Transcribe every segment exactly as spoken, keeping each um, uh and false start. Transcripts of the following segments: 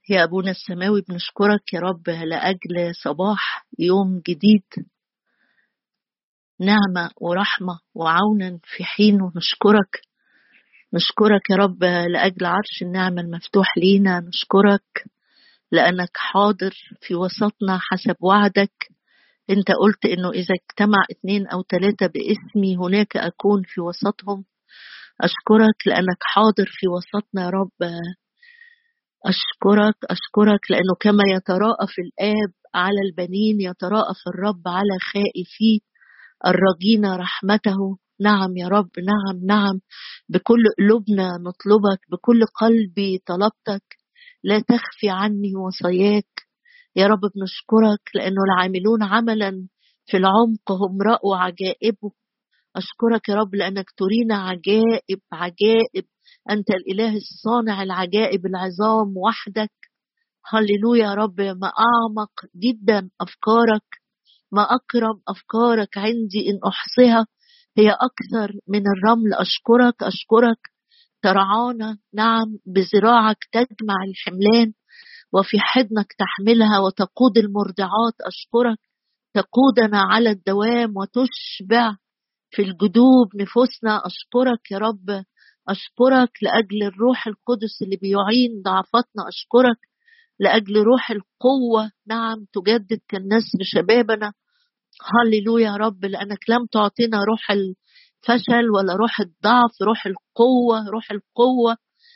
يا أبونا السماوي، بنشكرك يا رب لأجل صباح يوم جديد، نعمة ورحمة وعونا في حين. ونشكرك نشكرك يا رب لأجل عرش النعمة المفتوح لينا. نشكرك لأنك حاضر في وسطنا حسب وعدك. انت قلت انه إذا اجتمع اثنين أو ثلاثة باسمي هناك أكون في وسطهم. أشكرك لأنك حاضر في وسطنا يا رب. أشكرك أشكرك لأنه كما يتراءف الآب على البنين يتراءف الرب على خائفيه الراجين رحمته. نعم يا رب، نعم نعم. بكل قلوبنا نطلبك، بكل قلبي طلبتك، لا تخفي عني وصاياك يا رب. بنشكرك لأنه العاملون عملا في العمق هم رأوا عجائبه. أشكرك يا رب لأنك ترينا عجائب عجائب. أنت الإله الصانع العجائب العظام وحدك. هللويا يا رب. ما أعمق جدا أفكارك، ما أكرم أفكارك عندي إن أحصيها، هي أكثر من الرمل. أشكرك أشكرك. ترعانا، نعم، بذراعك تجمع الحملان وفي حضنك تحملها وتقود المرضعات. أشكرك. تقودنا على الدوام وتشبع في الجدوب نفوسنا. أشكرك يا رب. أشكرك لأجل الروح القدس اللي بيعين ضعفتنا. أشكرك لأجل روح القوة، نعم، تجدد كالنسر شبابنا. هللويا يا رب، لأنك لم تعطينا روح الفشل ولا روح الضعف، روح القوة، روح القوة.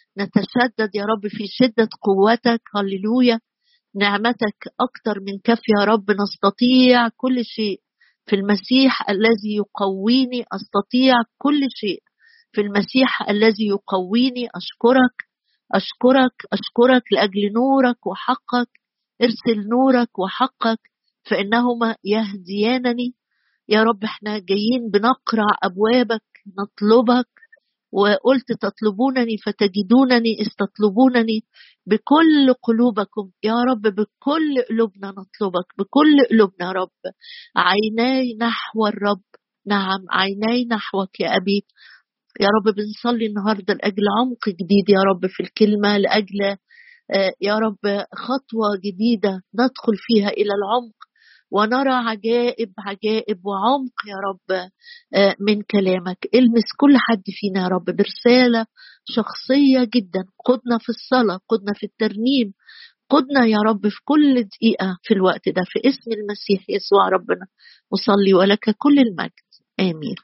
نتشدد يا رب في شدة قوتك. هللويا. نعمتك أكتر من كافية يا رب. نستطيع كل شيء في المسيح الذي يقويني. أستطيع كل شيء في المسيح الذي يقويني. أشكرك أشكرك أشكرك لأجل نورك وحقك. ارسل نورك وحقك فإنهما يهديانني يا رب. احنا جايين بنقرع أبوابك نطلبك، وقلت تطلبونني فتجدونني إذ تطلبونني بكل قلوبكم يا رب. بكل قلوبنا نطلبك، بكل قلوبنا يا رب. عيناي نحو الرب، نعم، عيناي نحوك يا أبي. يا رب بنصلي النهاردة لأجل عمق جديد يا رب في الكلمة، لأجل يا رب خطوة جديدة ندخل فيها إلى العمق ونرى عجائب عجائب وعمق يا رب من كلامك. المس كل حد فينا يا رب برسالة شخصية جدا. قدنا في الصلاة، قدنا في الترنيم، قدنا يا رب في كل دقيقة في الوقت ده، في اسم المسيح يسوع ربنا أصلي ولك كل المجد. آمين.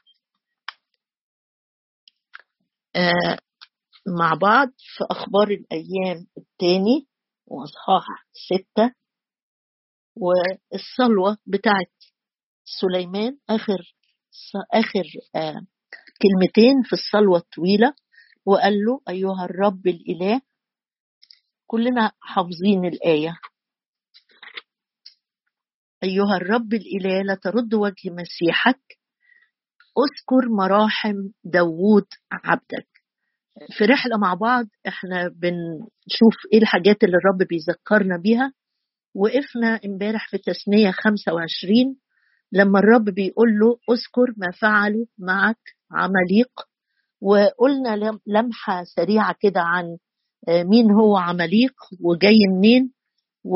آه مع بعض في أخبار الأيام الثاني وأصحاح ستة، والصلوة بتاعت سليمان آخر آخر آه كلمتين في الصلوة الطويلة. وقال له أيها الرب الإله، كلنا حافظين الآية، أيها الرب الإله لا ترد وجه مسيحك، أذكر مراحم داوود عبدك. في رحلة مع بعض احنا بنشوف ايه الحاجات اللي الرب بيذكرنا بيها. وقفنا امبارح في تثنية خمسة وعشرين لما الرب بيقول له اذكر ما فعلوا معك عماليق. وقلنا لمحة سريعة كده عن مين هو عماليق وجاي منين و...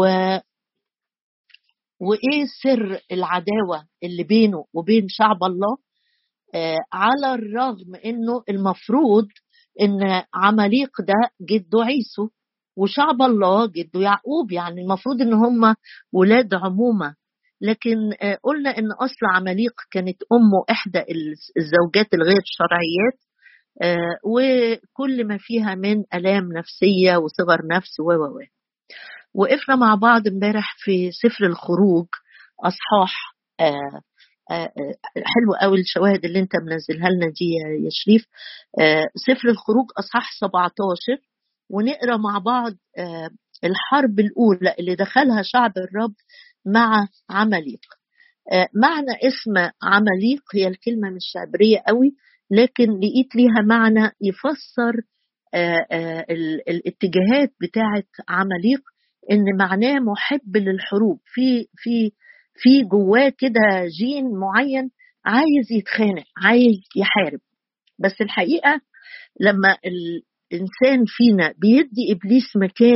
وإيه سر العداوة اللي بينه وبين شعب الله. آه على الرغم إنه المفروض إن عماليق ده جده عيسو وشعب الله جده يعقوب، يعني المفروض إن هم ولاد عمومة. لكن آه قلنا إن أصل عماليق كانت أمه إحدى الزوجات الغير شرعيات، آه وكل ما فيها من آلام نفسية وصغر نفس و و وقفنا مع بعض امبارح في سفر الخروج أصحاح آه آه حلو قوي الشواهد اللي انت منزلها لنا دي يا شريف. آه سفر الخروج أصحاح سبعتاشر، ونقرأ مع بعض آه الحرب الأولى اللي دخلها شعب الرب مع عماليق. آه معنى اسم عماليق هي الكلمة مش عبرية قوي، لكن لقيت ليها معنى يفسر آه آه الاتجاهات بتاعت عماليق، ان معناه محب للحروب. في في في جواه كده جين معين عايز يتخانق، عايز يحارب. بس الحقيقة لما الإنسان فينا بيدي إبليس مكان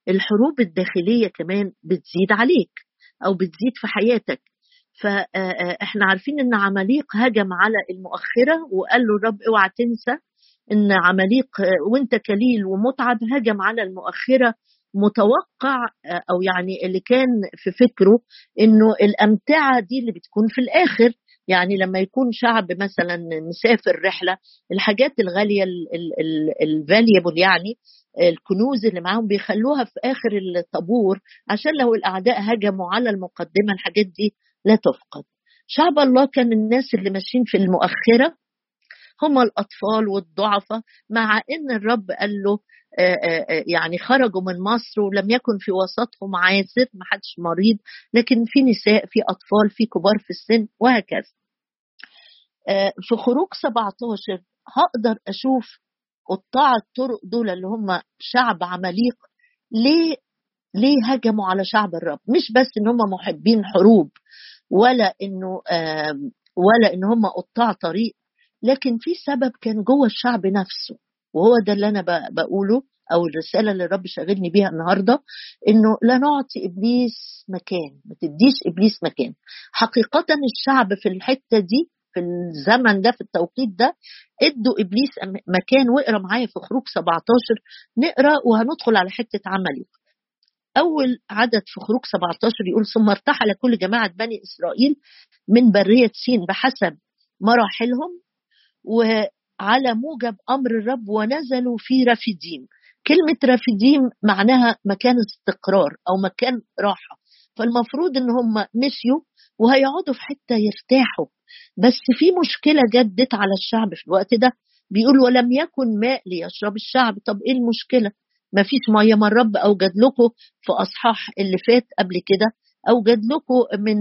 الحروب الداخلية كمان بتزيد عليك أو بتزيد في حياتك. فاحنا عارفين ان عماليق هجم على المؤخرة وقال له الرب اوعى تنسى ان عماليق وانت كليل ومتعب هجم على المؤخرة، متوقع او يعني اللي كان في فكره انه الامتعة دي اللي بتكون في الاخر. يعني لما يكون شعب مثلا مسافر رحلة، الحاجات الغالية الفاليبل يعني الكنوز اللي معاهم بيخلوها في اخر الطابور عشان لو الاعداء هجموا على المقدمة الحاجات دي لا تفقد. شعب الله كان الناس اللي ماشيين في المؤخرة هم الأطفال والضعفاء، مع أن الرب قال له يعني خرجوا من مصر ولم يكن في وسطهم عازر، ما حدش مريض، لكن في نساء، في أطفال، في كبار في السن وهكذا. في خروج سبعتاشر هقدر أشوف قطاع الطرق دول اللي هم شعب عماليق ليه ليه هجموا على شعب الرب. مش بس ان هم محبين حروب ولا انه ولا ان هم قطاع طريق، لكن في سبب كان جوه الشعب نفسه، وهو ده اللي انا بقوله او الرساله اللي الرب شاغلني بيها النهارده، انه لا نعطي ابليس مكان، ما تديش ابليس مكان. حقيقه الشعب في الحته دي في الزمن ده في التوقيت ده ادوا ابليس مكان. واقرا معايا في خروج سبعتاشر، نقرا وهندخل على حته عملي. أول عدد في خروج سبعتاشر يقول ثم ارتحل كل جماعة بني إسرائيل من برية سين بحسب مراحلهم وعلى موجب أمر الرب ونزلوا في رفيديم. كلمة رفيديم معناها مكان استقرار أو مكان راحة، فالمفروض إن هم مشيوا وهيقعدوا في حتة يرتاحوا. بس في مشكلة جدت على الشعب في الوقت ده، بيقول ولم يكن ماء ليشرب الشعب. طب إيه المشكلة؟ ما فيش ميه. ما الرب اوجد لكم في اصحاح اللي فات قبل كده، اوجد لكم من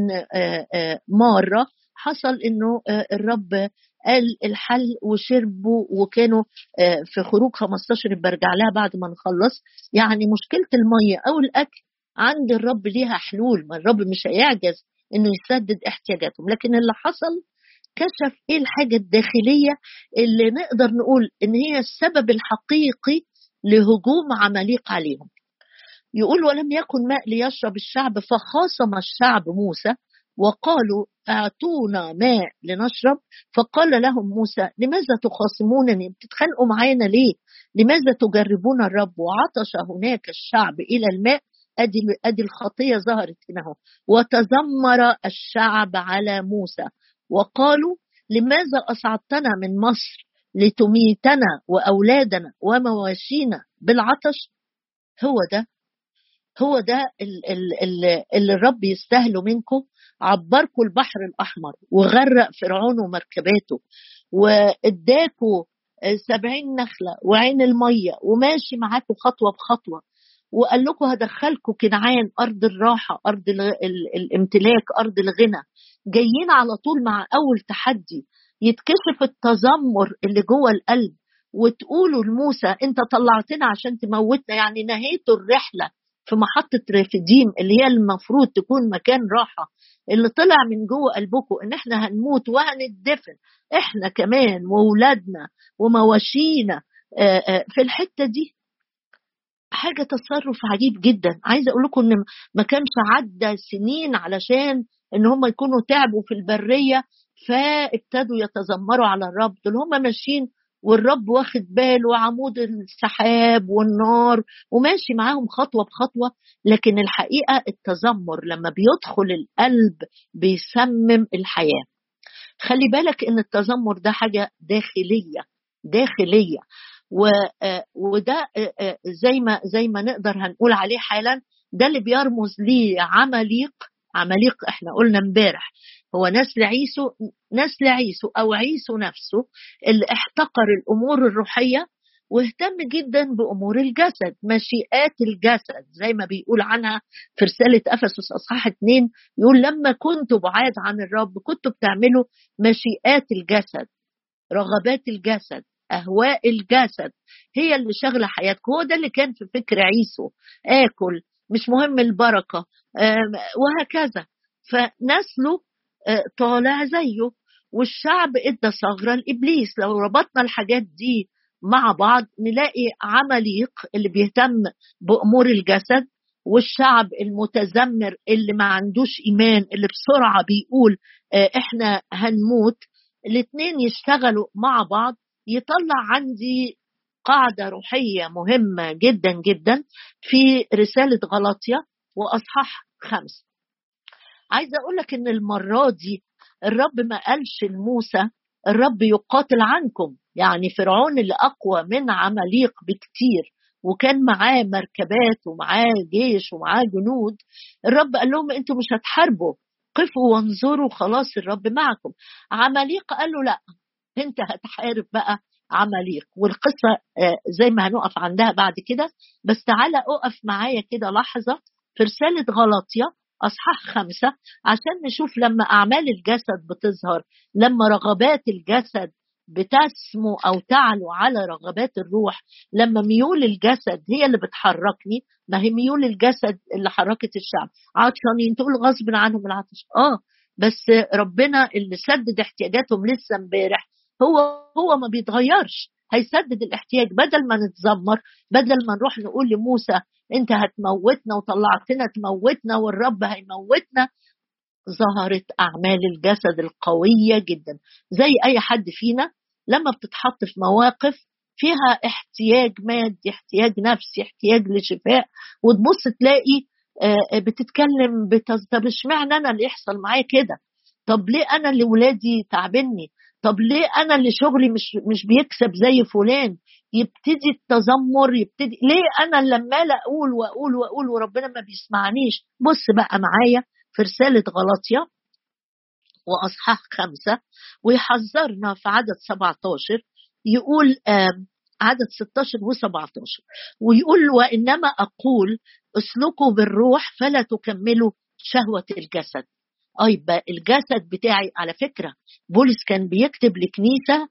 مره حصل انه الرب قال الحل وشربوا وكانوا في خروج خمستاشر برجع لها بعد ما نخلص. يعني مشكله الميه او الاكل عند الرب ليها حلول، ما الرب مش هيعجز انه يسدد احتياجاتهم. لكن اللي حصل كشف ايه الحاجه الداخليه اللي نقدر نقول ان هي السبب الحقيقي لهجوم عماليق عليهم. يقول ولم يكن ماء ليشرب الشعب فخاصم الشعب موسى وقالوا اعطونا ماء لنشرب. فقال لهم موسى لماذا تخاصمونني؟ بتتخانقوا معانا ليه؟ لماذا تجربون الرب؟ وعطش هناك الشعب الى الماء. ادي ادي الخطيه ظهرت هنا. وتذمر الشعب على موسى وقالوا لماذا اصعدتنا من مصر لتميتنا وأولادنا ومواشينا بالعطش؟ هو ده هو ده اللي الرب يستاهله منكم. عبركم البحر الأحمر وغرق فرعون ومركباته واداكوا سبعين نخلة وعين المية وماشي معاكم خطوة بخطوة، وقال لكم هدخلكم كنعان أرض الراحة، أرض الامتلاك، أرض الغنى. جايين على طول مع أول تحدي يتكشف التذمر اللي جوه القلب وتقولوا لموسى انت طلعتنا عشان تموتنا. يعني نهيتوا الرحلة في محطة رفيديم اللي هي المفروض تكون مكان راحة، اللي طلع من جوه قلبكم ان احنا هنموت وهندفن احنا كمان وولادنا ومواشينا في الحتة دي. حاجة تصرف عجيب جدا. عايزة اقول لكم ان ما كانش عدى سنين علشان ان هم يكونوا تعبوا في البرية فابتدوا يتذمروا على الرب. دول هم ماشيين والرب واخد باله وعمود السحاب والنار وماشي معاهم خطوة بخطوة. لكن الحقيقة التذمر لما بيدخل القلب بيسمم الحياة. خلي بالك ان التذمر ده حاجة داخلية داخلية وده زي ما زي ما نقدر هنقول عليه حالا ده اللي بيرمز ليه عماليق. عماليق احنا قلنا امبارح هو نسل عيسو نسل عيسو او عيسو نفسه اللي احتقر الامور الروحيه واهتم جدا بامور الجسد، مشيئات الجسد زي ما بيقول عنها في رساله افسس اصحاح اتنين. يقول لما كنتوا بعاد عن الرب كنتوا بتعملوا مشيئات الجسد، رغبات الجسد، اهواء الجسد هي اللي شغله حياتكم. هو ده اللي كان في فكر عيسو، اكل مش مهم البركه وهكذا. فنسله طالع زيه والشعب ادى ثغره لابليس. لو ربطنا الحاجات دي مع بعض نلاقي عماليق اللي بيهتم بأمور الجسد، والشعب المتذمر اللي ما عندوش إيمان اللي بسرعة بيقول اه إحنا هنموت. الاثنين يشتغلوا مع بعض يطلع عندي قاعدة روحية مهمة جدا جدا في رسالة غلاطيا وأصحاح خمسة. عايزة أقولك إن المرة دي الرب ما قالش لموسى الرب يقاتل عنكم، يعني فرعون اللي أقوى من عماليق بكتير وكان معاه مركبات ومعاه جيش ومعاه جنود، الرب قال لهم أنتوا مش هتحاربوا، قفوا وانظروا خلاص الرب معكم. عماليق قال له لا، انت هتحارب بقى عماليق. والقصة زي ما هنقف عندها بعد كده، بس تعالى أقف معايا كده لحظة في رسالة غلاطيا أصحاح خمسة عشان نشوف لما أعمال الجسد بتظهر، لما رغبات الجسد بتسمو أو تعلو على رغبات الروح، لما ميول الجسد هي اللي بتحركني. ما هي ميول الجسد اللي حركت الشعب، عطشانين تقول غصب عنهم العطش، آه بس ربنا اللي سدد احتياجاتهم لسه امبارح هو هو ما بيتغيرش، هيسدد الاحتياج. بدل ما نتذمر، بدل ما نروح نقول لموسى انت هتموتنا وطلعتنا تموتنا والرب هيموتنا، ظهرت أعمال الجسد القوية جدا. زي أي حد فينا لما بتتحط في مواقف فيها احتياج مادي، احتياج نفسي، احتياج لشفاء، وتبص تلاقي بتتكلم بتز... طب اشمعنى أنا اللي يحصل معايا كده؟ طب ليه أنا اللي ولادي تعبني؟ طب ليه أنا اللي شغلي مش مش بيكسب زي فلان؟ يبتدي التذمر، يبتدي ليه أنا لما لا أقول وأقول وأقول وربنا ما بيسمعنيش. بص بقى معايا في رسالة غلاطيا وأصحاح خمسة، ويحذرنا في عدد سبعة عشر، يقول عدد ستة عشر وسبعة عشر، ويقول وإنما أقول اسلكوا بالروح فلا تكملوا شهوة الجسد. أي بقى الجسد بتاعي، على فكرة بولس كان بيكتب لكنيسة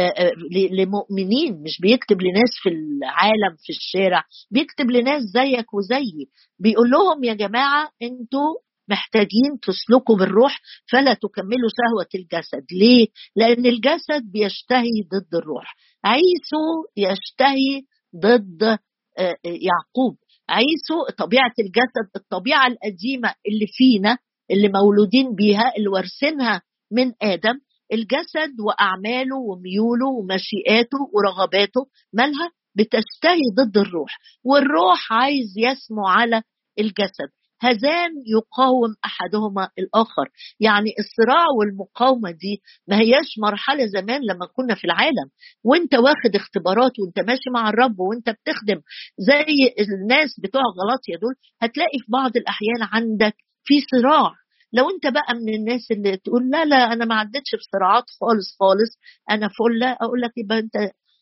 لمؤمنين، مش بيكتب لناس في العالم في الشارع، بيكتب لناس زيك وزيي، بيقول لهم يا جماعة انتوا محتاجين تسلكوا بالروح فلا تكملوا شهوة الجسد. ليه؟ لأن الجسد بيشتهي ضد الروح. عيسو يشتهي ضد يعقوب. عيسو طبيعة الجسد، الطبيعة القديمة اللي فينا اللي مولودين بيها اللي ورثينها من آدم، الجسد وأعماله وميوله ومشيئاته ورغباته مالها بتشتهي ضد الروح، والروح عايز يسمو على الجسد. هذان يقاوم أحدهما الآخر. يعني الصراع والمقاومة دي ما هياش مرحلة زمان لما كنا في العالم وانت واخد اختبارات وانت ماشي مع الرب وانت بتخدم زي الناس بتوع غلاطيا دول، هتلاقي في بعض الأحيان عندك في صراع. لو انت بقى من الناس اللي تقول لا لا انا ما عدتش في صراعات خالص خالص انا فله، اقول لك يبقى انت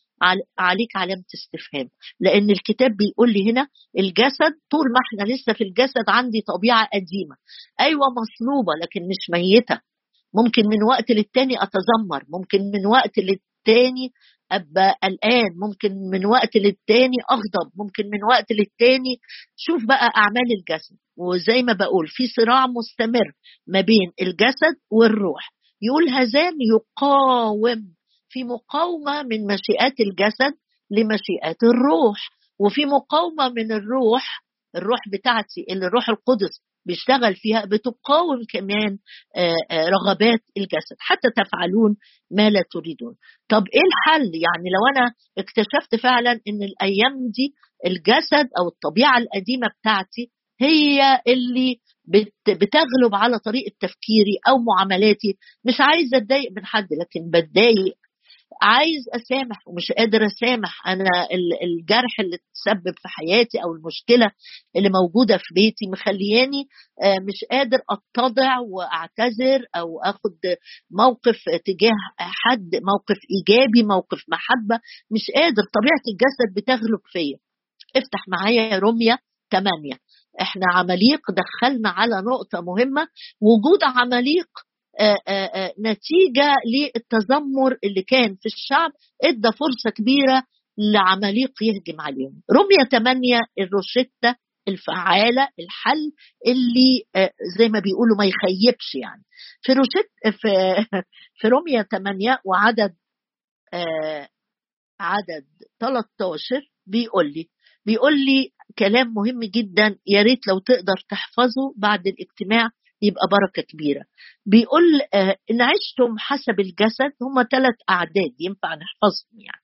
عليك علامة استفهام، لأن الكتاب بيقول لي هنا الجسد طول ما احنا لسه في الجسد عندي طبيعة قديمة، أيوة مصلوبة لكن مش ميتة. ممكن من وقت للتاني أتذمر، ممكن من وقت للتاني أبقى قلقان، ممكن من وقت للتاني أغضب، ممكن من وقت للتاني. شوف بقى أعمال الجسد، وزي ما بقول في صراع مستمر ما بين الجسد والروح. يقول هذان يقاوم، في مقاومة من مشيئات الجسد لمشيئات الروح، وفي مقاومة من الروح، الروح بتاعتي اللي الروح القدس بيشتغل فيها بتقاوم كمان رغبات الجسد حتى تفعلون ما لا تريدون. طب ايه الحل؟ يعني لو انا اكتشفت فعلا ان الايام دي الجسد او الطبيعة القديمة بتاعتي هي اللي بتغلب على طريقة تفكيري او معاملاتي، مش عايزة اتضايق من حد لكن بتضايق، عايز أسامح ومش قادر أسامح، أنا الجرح اللي تسبب في حياتي أو المشكلة اللي موجودة في بيتي مخلياني مش قادر أتضع وأعتذر أو أخد موقف تجاه حد، موقف إيجابي، موقف محبة، مش قادر، طبيعة الجسد بتغلب فيا. افتح معايا رومية ثمانية. احنا عماليق دخلنا على نقطة مهمة، وجود عماليق آآ آآ نتيجة للتذمر اللي كان في الشعب ادى فرصة كبيرة لعماليق يهجم عليهم. رومية ثمانية الروشتة الفعالة، الحل اللي زي ما بيقولوا ما يخيبش. يعني في روشت في في رومية ثمانية وعدد عدد ثلاثة عشر بيقول لي بيقول لي كلام مهم جدا، يا ريت لو تقدر تحفظه بعد الاجتماع يبقى بركة كبيرة. بيقول آه إن عشتم حسب الجسد، هم ثلاث أعداد ينفع نحفظهم يعني.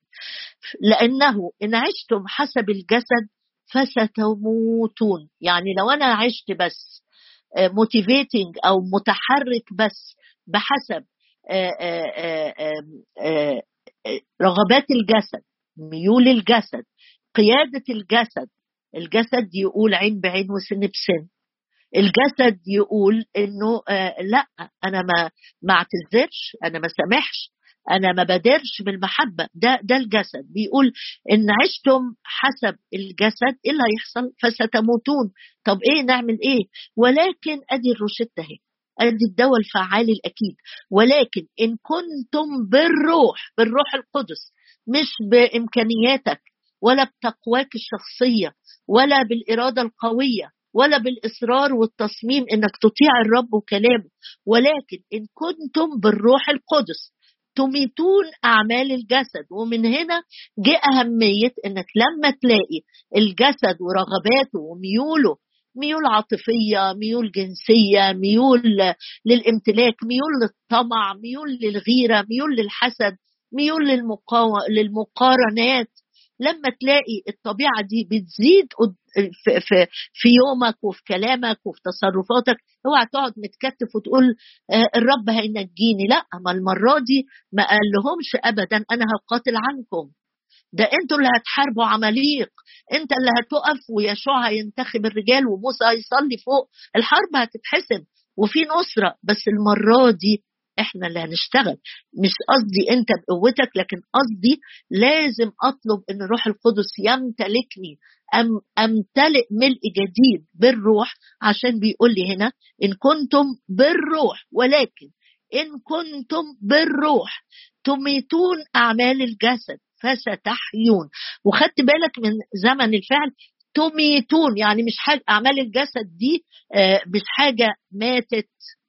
لأنه إن عشتم حسب الجسد فستموتون. يعني لو أنا عشت بس موتيفيتنج أو متحرك بس بحسب آآ آآ آآ رغبات الجسد، ميول الجسد، قيادة الجسد. الجسد يقول عين بعين وسن بسن. الجسد يقول انه آه لا انا ما ما اعتذرش، انا ما سامحش، انا ما بادرش بالمحبه. ده ده الجسد بيقول ان عشتم حسب الجسد ايه اللي هيحصل؟ فستموتون. طب ايه نعمل ايه؟ ولكن ادي الروشته اهي، ادي الدواء الفعال الاكيد. ولكن ان كنتم بالروح، بالروح القدس، مش بامكانياتك ولا بتقواك الشخصيه ولا بالاراده القويه ولا بالإصرار والتصميم إنك تطيع الرب وكلامه، ولكن إن كنتم بالروح القدس تميتون أعمال الجسد. ومن هنا جاء أهمية إنك لما تلاقي الجسد ورغباته وميوله، ميول عاطفية، ميول جنسية، ميول للامتلاك، ميول للطمع، ميول للغيرة، ميول للحسد، ميول للمقاو... للمقارنات، لما تلاقي الطبيعة دي بتزيد في, في, في يومك وفي كلامك وفي تصرفاتك، اوعى تقعد متكتف وتقول آه الرب هينجيني. لا، ما المرة دي ما قال لهمش أبدا أنا هقاتل عنكم، ده انتوا اللي هتحاربوا عماليق، انت اللي هتقف ويشوع هينتخب الرجال وموسى هيصلي فوق، الحرب هتتحسم وفي نصرة. بس المرة دي احنا اللي هنشتغل. مش قصدي انت بقوتك، لكن قصدي لازم اطلب ان الروح القدس يمتلكني، أم امتلئ ملء جديد بالروح. عشان بيقول لي هنا ان كنتم بالروح، ولكن ان كنتم بالروح تميتون اعمال الجسد فستحيون. وخدت بالك من زمن الفعل تميتون، يعني مش حاجة أعمال الجسد دي آه مش حاجة ماتت،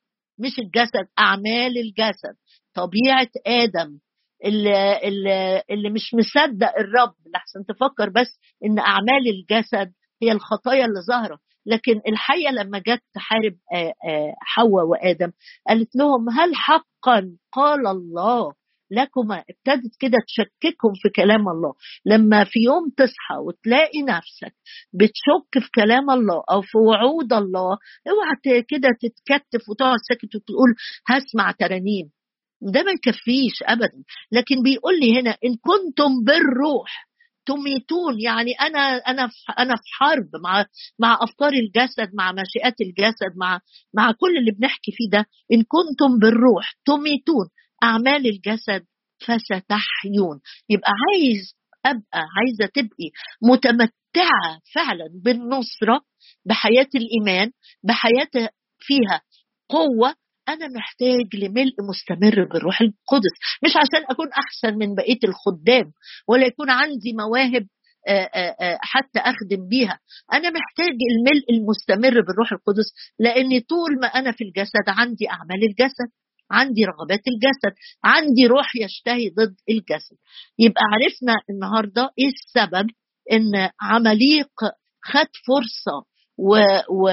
مش الجسد، أعمال الجسد، طبيعة آدم اللي, اللي, اللي مش مصدق الرب لحسن تفكر بس إن أعمال الجسد هي الخطايا اللي ظاهرة. لكن الحية لما جت تحارب آه آه حواء وآدم قالت لهم هل حقا قال الله لكما؟ ابتدت كده تشككهم في كلام الله. لما في يوم تصحى وتلاقي نفسك بتشك في كلام الله او في وعود الله، اوعى كده تتكتف وتقعد ساكت وتقول هسمع ترانيم، ده ما يكفيش ابدا. لكن بيقول لي هنا ان كنتم بالروح تميتون، يعني انا انا في انا في حرب مع مع افكار الجسد، مع مشيئات الجسد، مع مع كل اللي بنحكي فيه ده. ان كنتم بالروح تميتون اعمال الجسد فستحيون. يبقى عايز ابقى عايزه تبقي متمتعه فعلا بالنصره، بحياه الايمان، بحياه فيها قوه. أنا محتاج لملء مستمر بالروح القدس، مش عشان أكون أحسن من بقية الخدام ولا يكون عندي مواهب حتى أخدم بيها. أنا محتاج الملء المستمر بالروح القدس، لأن طول ما أنا في الجسد عندي أعمال الجسد، عندي رغبات الجسد، عندي روح يشتهي ضد الجسد. يبقى عرفنا النهاردة إيه السبب إن عماليق خد فرصة و, و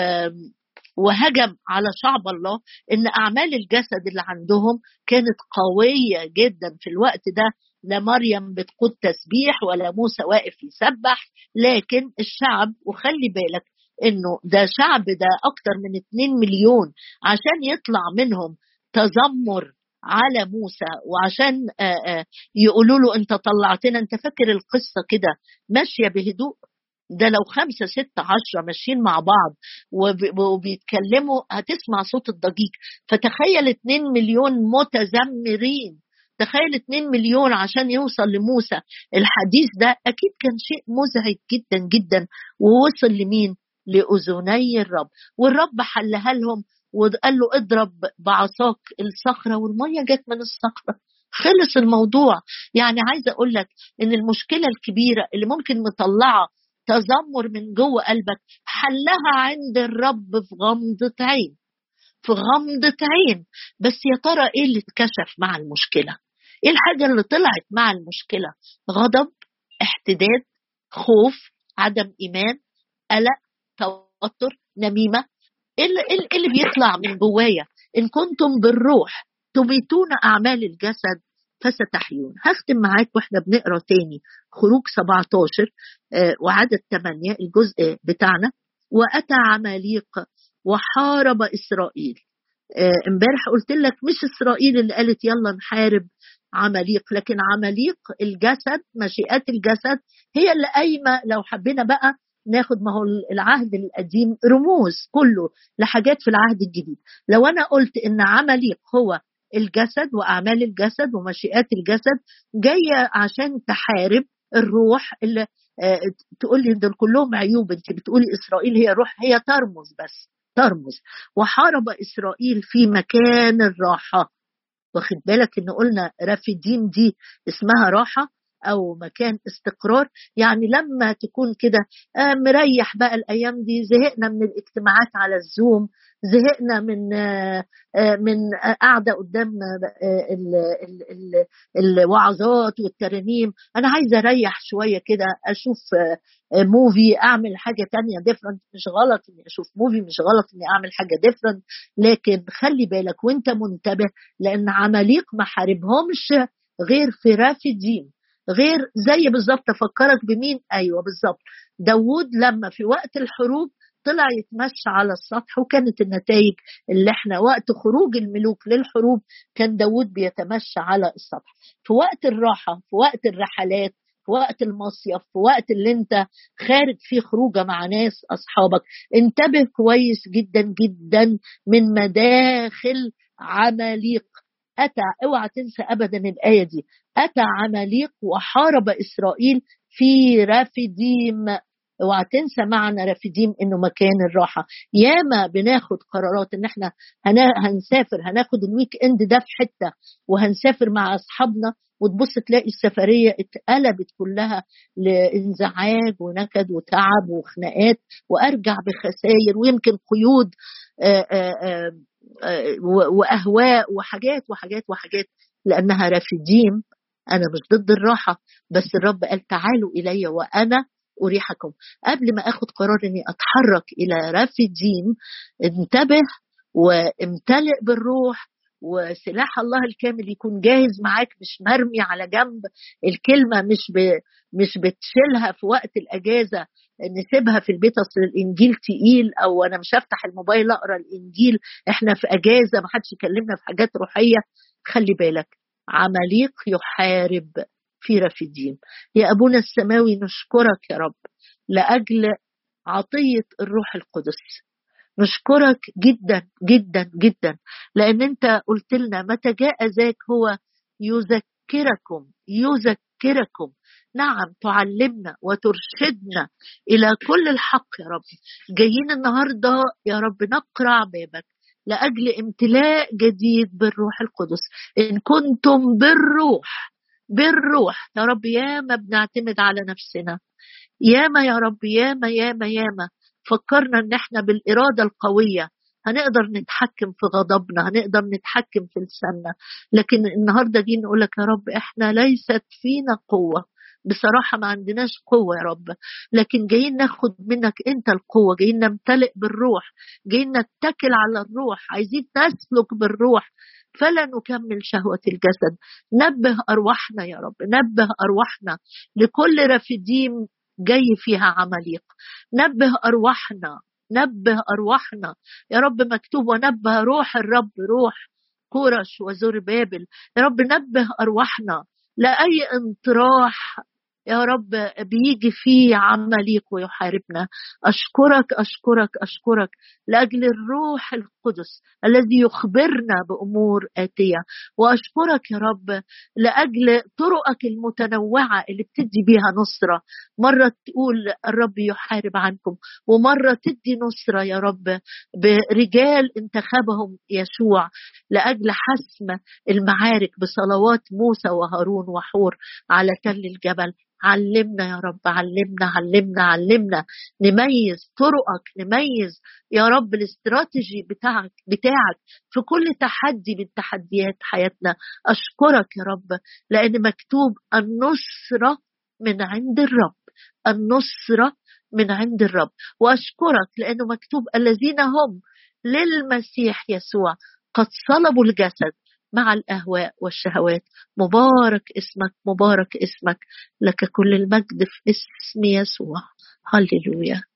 وهجم على شعب الله، ان اعمال الجسد اللي عندهم كانت قويه جدا في الوقت ده. لا مريم بتقود تسبيح ولا موسى واقف يسبح، لكن الشعب، وخلي بالك انه ده شعب ده اكتر من اتنين مليون، عشان يطلع منهم تذمر على موسى وعشان يقولوا له انت طلعتنا. انت فاكر القصه كده ماشيه بهدوء؟ ده لو خمسة ستة عشرة ماشيين مع بعض وبيتكلموا هتسمع صوت الضجيج. فتخيل اتنين مليون متذمرين، تخيل اتنين مليون عشان يوصل لموسى. الحديث ده أكيد كان شيء مزعج جدا جدا، ووصل لمين؟ لأذني الرب. والرب حلها لهم وقال له اضرب بعصاك الصخرة، والمية جت من الصخرة، خلص الموضوع. يعني عايزة أقول لك إن المشكلة الكبيرة اللي ممكن مطلعة تذمر من جوه قلبك حلها عند الرب في غمضة عين، في غمضة عين. بس يا ترى ايه اللي اتكشف مع المشكلة؟ ايه الحاجة اللي طلعت مع المشكلة؟ غضب، احتداد، خوف، عدم ايمان، قلق، توتر، نميمة. ايه اللي, إيه اللي بيطلع من جوايا؟ ان كنتم بالروح تميتون اعمال الجسد فستحيون. هختم معاك واحنا بنقرا تاني خروج سبعتاشر آه وعدد ثمانية الجزء بتاعنا. واتى عماليق وحارب اسرائيل. امبارح آه قلت لك مش اسرائيل اللي قالت يلا نحارب عماليق، لكن عماليق الجسد، مشيئات الجسد هي اللي قايمه. لو حبينا بقى ناخد، ما هو العهد القديم رموز كله لحاجات في العهد الجديد. لو انا قلت ان عماليق هو الجسد واعمال الجسد ومشيئات الجسد جايه عشان تحارب الروح اللي آه تقول لي دول كلهم عيوب، انت بتقولي اسرائيل هي روح، هي ترمز بس ترمز. وحارب اسرائيل في مكان الراحه. واخد بالك ان قلنا رافدين دي اسمها راحه او مكان استقرار. يعني لما تكون كده مريح بقى الايام دي، زهقنا من الاجتماعات على الزوم، زهقنا من من قاعده قدام الوعظات والترانيم، انا عايزه اريح شويه كده، اشوف موفي، اعمل حاجه تانية ديفرنت. مش غلط اني اشوف موفي، مش غلط اني اعمل حاجه ديفرنت، لكن خلي بالك وانت منتبه، لان عماليق ما حاربهمش غير في رافدين، غير زي بالظبط. افكرك بمين؟ ايوه بالظبط، داوود لما في وقت الحروب طلع يتمشى على السطح، وكانت النتائج اللي احنا وقت خروج الملوك للحروب كان داوود بيتمشى على السطح. في وقت الراحه، في وقت الرحلات، في وقت المصيف، في وقت اللي انت خارج فيه خروجه مع ناس اصحابك، انتبه كويس جدا جدا من مداخل عماليق. أتى، اوعى تنسى أبدا الآية دي، أتى عماليق وحارب إسرائيل في رافديم. اوعى تنسى معنى رافديم انه مكان الراحة. ياما بناخد قرارات ان احنا هنسافر، هناخد الويك اند ده في حتة وهنسافر مع اصحابنا، وتبص تلاقي السفرية اتقلبت كلها لانزعاج ونكد وتعب وخناقات، وارجع بخسائر ويمكن قيود آآ آآ واهواء وحاجات وحاجات وحاجات، لانها رافدين. انا مش ضد الراحه، بس الرب قال تعالوا الي وانا اريحكم. قبل ما اخد قرار اني اتحرك الى رافدين، انتبه وامتلئ بالروح، وسلاح الله الكامل يكون جاهز معاك، مش مرمي على جنب. الكلمه مش ب... مش بتشيلها في وقت الاجازه نسيبها في البيت اصل الانجيل تقيل، او انا مش هفتح الموبايل اقرا الانجيل، احنا في اجازه ما حدش يكلمنا في حاجات روحيه. خلي بالك، عماليق يحارب في رافدين. يا ابونا السماوي نشكرك يا رب لاجل عطيه الروح القدس. نشكرك جدا جدا جدا، لان انت قلت لنا متى جاء ذاك هو يذكركم يذكركم نعم، تعلمنا وترشدنا الى كل الحق يا رب. جايين النهارده يا رب نقرع بابك لاجل امتلاء جديد بالروح القدس. ان كنتم بالروح بالروح يا رب، ياما بنعتمد على نفسنا، ياما يا رب، ياما ياما ياما فكرنا ان احنا بالإرادة القوية هنقدر نتحكم في غضبنا، هنقدر نتحكم في لساننا، لكن النهاردة جينا نقول لك يا رب احنا ليست فينا قوة، بصراحة ما عندناش قوة يا رب، لكن جايين ناخد منك انت القوة، جايين نمتلئ بالروح، جايين نتكل على الروح، عايزين نسلك بالروح فلا نكمل شهوة الجسد. نبه أرواحنا يا رب، نبه أرواحنا لكل رافدين جاي فيها عماليق. نبه أرواحنا، نبه أرواحنا يا رب. مكتوب ونبه روح الرب روح كورش وزربابل. يا رب نبه أرواحنا لأي انطراح يا رب بيجي فيه عماليق ويحاربنا. أشكرك أشكرك أشكرك لأجل الروح القدس الذي يخبرنا بأمور آتية، وأشكرك يا رب لأجل طرقك المتنوعة اللي بتدي بيها نصرة. مرة تقول الرب يحارب عنكم، ومرة تدي نصرة يا رب برجال انتخبهم يشوع لأجل حسم المعارك بصلوات موسى وهارون وحور على تل الجبل. علمنا يا رب، علمنا علمنا علمنا نميز طرقك، نميز يا رب الاستراتيجي بتاعك بتاعك في كل تحدي من تحديات حياتنا. أشكرك يا رب لأن مكتوب النصرة من عند الرب، النصرة من عند الرب. وأشكرك لأنه مكتوب الذين هم للمسيح يسوع قد صلبوا الجسد مع الأهواء والشهوات. مبارك اسمك، مبارك اسمك، لك كل المجد في اسم يسوع. هللويا.